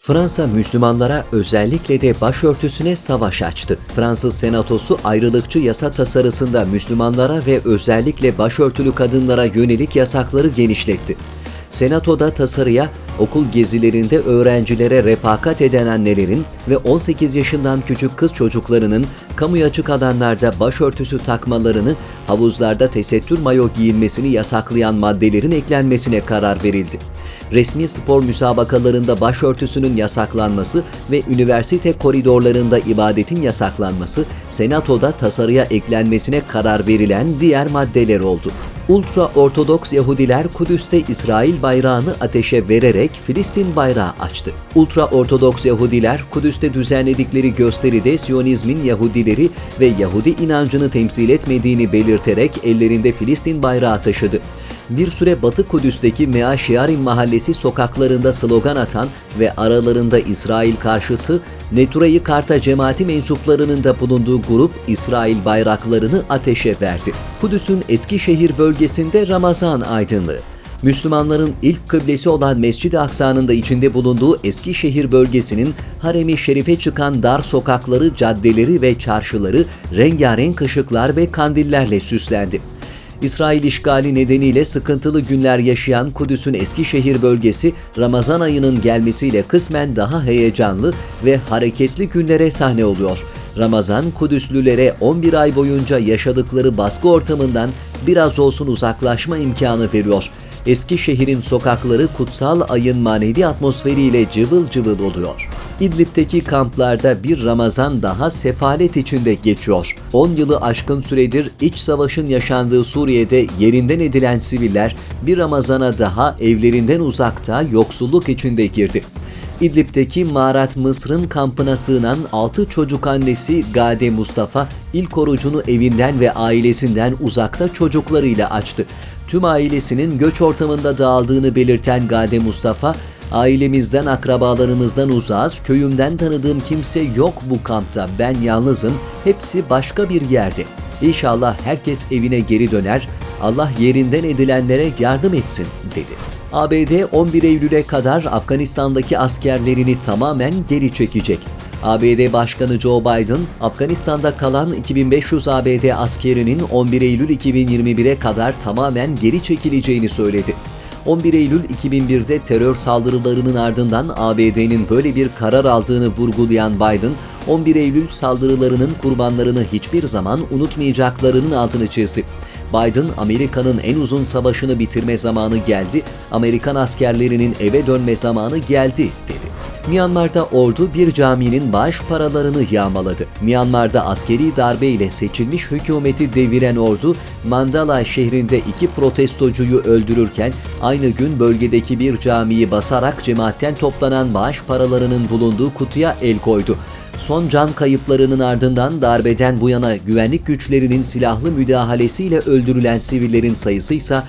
Fransa, Müslümanlara özellikle de başörtüsüne savaş açtı. Fransız Senatosu ayrılıkçı yasa tasarısında Müslümanlara ve özellikle başörtülü kadınlara yönelik yasakları genişletti. Senatoda tasarıya okul gezilerinde öğrencilere refakat eden annelerin ve 18 yaşından küçük kız çocuklarının kamuya açık alanlarda başörtüsü takmalarını, havuzlarda tesettür mayo giyilmesini yasaklayan maddelerin eklenmesine karar verildi. Resmi spor müsabakalarında başörtüsünün yasaklanması ve üniversite koridorlarında ibadetin yasaklanması, Senatoda tasarıya eklenmesine karar verilen diğer maddeler oldu. Ultra-Ortodoks Yahudiler Kudüs'te İsrail bayrağını ateşe vererek Filistin bayrağı açtı. Ultra-Ortodoks Yahudiler Kudüs'te düzenledikleri gösteride Siyonizmin Yahudileri ve Yahudi inancını temsil etmediğini belirterek ellerinde Filistin bayrağı taşıdı. Bir süre Batı Kudüs'teki Mea Shearim mahallesi sokaklarında slogan atan ve aralarında İsrail karşıtı Neturei Karta cemaati mensuplarının da bulunduğu grup İsrail bayraklarını ateşe verdi. Kudüs'ün Eskişehir bölgesinde Ramazan aydınlığı. Müslümanların ilk kıblesi olan Mescid-i Aksa'nın da içinde bulunduğu Eskişehir bölgesinin harem-i şerife çıkan dar sokakları, caddeleri ve çarşıları rengarenk ışıklar ve kandillerle süslendi. İsrail işgali nedeniyle sıkıntılı günler yaşayan Kudüs'ün Eskişehir bölgesi, Ramazan ayının gelmesiyle kısmen daha heyecanlı ve hareketli günlere sahne oluyor. Ramazan, Kudüslülere 11 ay boyunca yaşadıkları baskı ortamından biraz olsun uzaklaşma imkanı veriyor. Eskişehir'in sokakları kutsal ayın manevi atmosferiyle cıvıl cıvıl oluyor. İdlib'teki kamplarda bir Ramazan daha sefalet içinde geçiyor. 10 yılı aşkın süredir iç savaşın yaşandığı Suriye'de yerinden edilen siviller bir Ramazana daha evlerinden uzakta yoksulluk içinde girdi. İdlib'deki Marat Mısır'ın kampına sığınan 6 çocuk annesi Gade Mustafa ilk orucunu evinden ve ailesinden uzakta çocuklarıyla açtı. Tüm ailesinin göç ortamında dağıldığını belirten Gade Mustafa, "Ailemizden, akrabalarımızdan uzağız, köyümden tanıdığım kimse yok bu kampta, ben yalnızım, hepsi başka bir yerde. İnşallah herkes evine geri döner, Allah yerinden edilenlere yardım etsin," dedi. ABD 11 Eylül'e kadar Afganistan'daki askerlerini tamamen geri çekecek. ABD Başkanı Joe Biden, Afganistan'da kalan 2500 ABD askerinin 11 Eylül 2021'e kadar tamamen geri çekileceğini söyledi. 11 Eylül 2001'de terör saldırılarının ardından ABD'nin böyle bir karar aldığını vurgulayan Biden, 11 Eylül saldırılarının kurbanlarını hiçbir zaman unutmayacaklarının altını çizdi. Biden, "Amerika'nın en uzun savaşını bitirme zamanı geldi, Amerikan askerlerinin eve dönme zamanı geldi," dedi. Myanmar'da ordu bir caminin bağış paralarını yağmaladı. Myanmar'da askeri darbe ile seçilmiş hükümeti deviren ordu, Mandalay şehrinde 2 protestocuyu öldürürken aynı gün bölgedeki bir camiyi basarak cemaatten toplanan bağış paralarının bulunduğu kutuya el koydu. Son can kayıplarının ardından darbeden bu yana güvenlik güçlerinin silahlı müdahalesiyle öldürülen sivillerin sayısı ise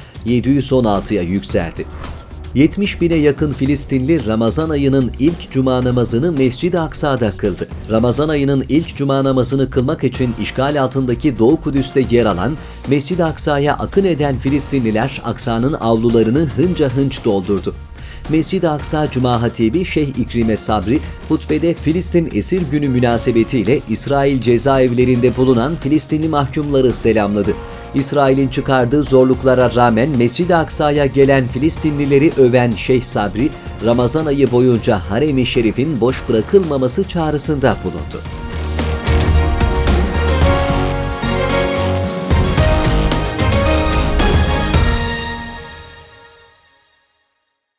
716'ya yükseldi. 70 bine yakın Filistinli Ramazan ayının ilk cuma namazını Mescid-i Aksa'da kıldı. Ramazan ayının ilk cuma namazını kılmak için işgal altındaki Doğu Kudüs'te yer alan Mescid-i Aksa'ya akın eden Filistinliler Aksa'nın avlularını hınca hınç doldurdu. Mescid-i Aksa Cuma Hatibi Şeyh İkrime Sabri, hutbede Filistin Esir Günü münasebetiyle İsrail cezaevlerinde bulunan Filistinli mahkumları selamladı. İsrail'in çıkardığı zorluklara rağmen Mescid-i Aksa'ya gelen Filistinlileri öven Şeyh Sabri, Ramazan ayı boyunca harem-i şerifin boş bırakılmaması çağrısında bulundu.